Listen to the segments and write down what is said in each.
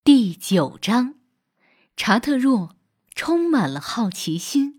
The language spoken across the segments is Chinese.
第9章，查特若充满了好奇心。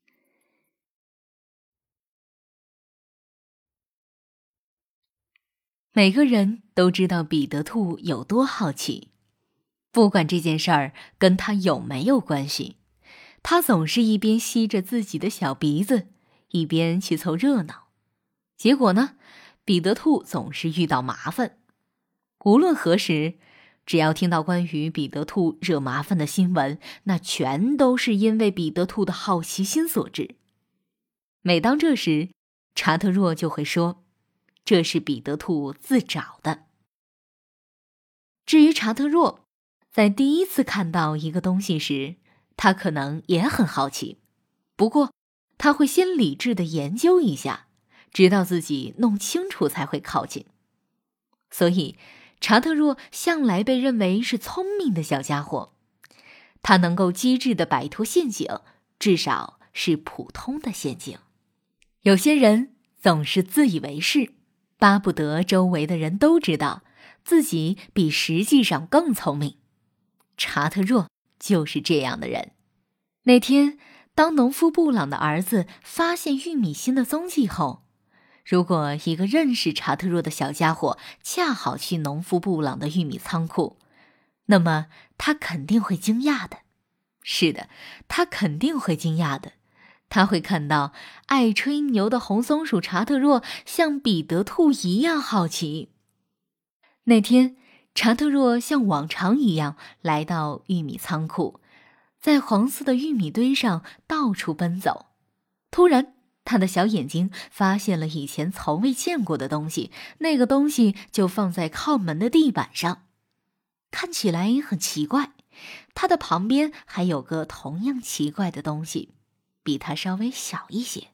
每个人都知道彼得兔有多好奇，不管这件事儿跟他有没有关系，他总是一边吸着自己的小鼻子，一边去凑热闹。结果呢，彼得兔总是遇到麻烦。无论何时，只要听到关于彼得兔惹麻烦的新闻，那全都是因为彼得兔的好奇心所致。每当这时，查特若就会说，这是彼得兔自找的。至于查特若，在第一次看到一个东西时，他可能也很好奇，不过他会先理智地研究一下，直到自己弄清楚才会靠近。所以查特若向来被认为是聪明的小家伙，他能够机智地摆脱陷阱，至少是普通的陷阱。有些人总是自以为是，巴不得周围的人都知道自己比实际上更聪明。查特若就是这样的人。那天，当农夫布朗的儿子发现玉米芯的踪迹后，如果一个认识查特若的小家伙恰好去农夫布朗的玉米仓库，那么他肯定会惊讶的。是的，他肯定会惊讶的。他会看到爱吹牛的红松鼠查特若像彼得兔一样好奇。那天，查特若像往常一样来到玉米仓库，在黄色的玉米堆上到处奔走。突然，他的小眼睛发现了以前从未见过的东西，那个东西就放在靠门的地板上，看起来很奇怪。它的旁边还有个同样奇怪的东西，比它稍微小一些。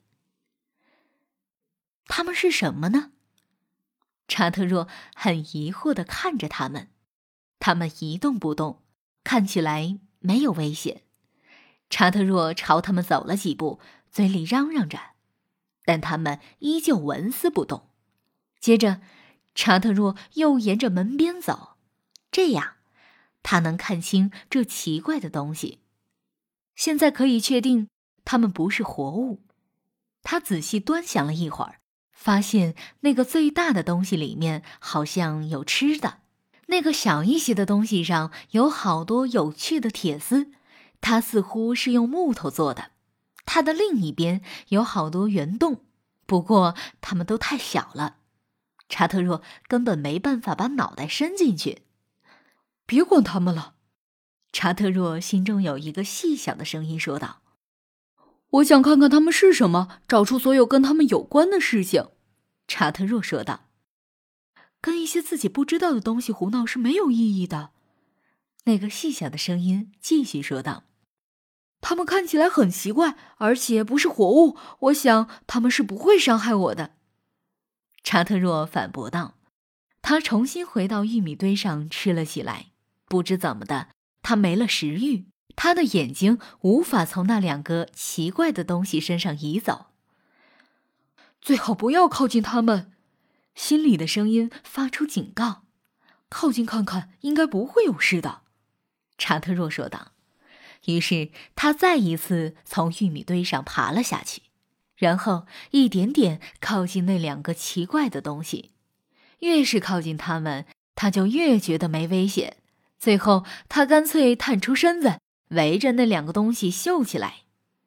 它们是什么呢？查特若很疑惑地看着它们，它们一动不动，看起来没有危险。查特若朝它们走了几步，嘴里嚷嚷着，但它们依旧纹丝不动。接着，查特若又沿着门边走，这样他能看清这奇怪的东西。现在可以确定，它们不是活物。他仔细端详了一会儿，发现那个最大的东西里面好像有吃的，那个小一些的东西上有好多有趣的铁丝，它似乎是用木头做的。它的另一边有好多圆洞，不过它们都太小了，查特若根本没办法把脑袋伸进去。 别管它们了， 查特若心中有一个细小的声音说道。 我想看看它们是什么，找出所有跟它们有关的事情。 查特若说道。 跟一些自己不知道的东西胡闹是没有意义的。 那个细小的声音继续说道。 它们看起来很奇怪，而且不是活物，我想它们是不会伤害我的。 查特若反驳道。他重新回到玉米堆上吃了起来，不知怎么的，他没了食欲，他的眼睛无法从那2个奇怪的东西身上移走。 最好不要靠近它们， 心里的声音发出警告。 靠近看看，应该不会有事的。 查特若说道。于是他再一次从玉米堆上爬了下去，然后一点点靠近那2个奇怪的东西。越是靠近它们，他就越觉得没危险。最后他干脆探出身子，围着那2个东西嗅起来。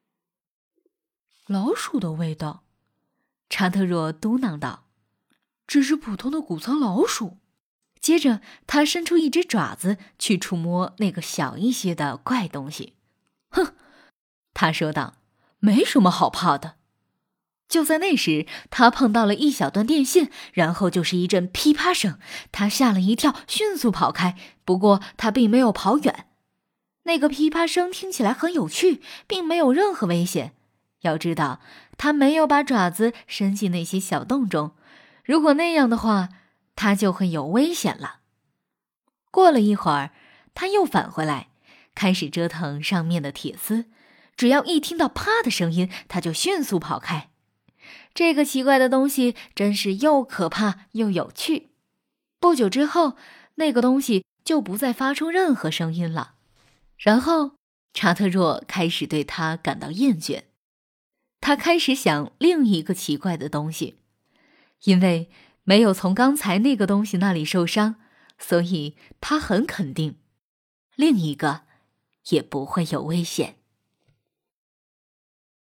老鼠的味道， 查特若嘟囔道。 只是普通的谷仓老鼠。 接着他伸出一只爪子去触摸那个小一些的怪东西。 哼， 他说道， 没什么好怕的。 就在那时，他碰到了一小段电线，然后就是一阵噼啪声，他吓了一跳，迅速跑开。不过他并没有跑远。那个噼啪声听起来很有趣，并没有任何危险。要知道，他没有把爪子伸进那些小洞中，如果那样的话，他就会有危险了。过了一会儿，他又返回来，开始折腾上面的铁丝。只要一听到啪的声音，他就迅速跑开。这个奇怪的东西真是又可怕又有趣。不久之后，那个东西就不再发出任何声音了。然后查特若开始对他感到厌倦，他开始想另一个奇怪的东西，因为没有从刚才那个东西那里受伤，所以他很肯定，另一个也不会有危险。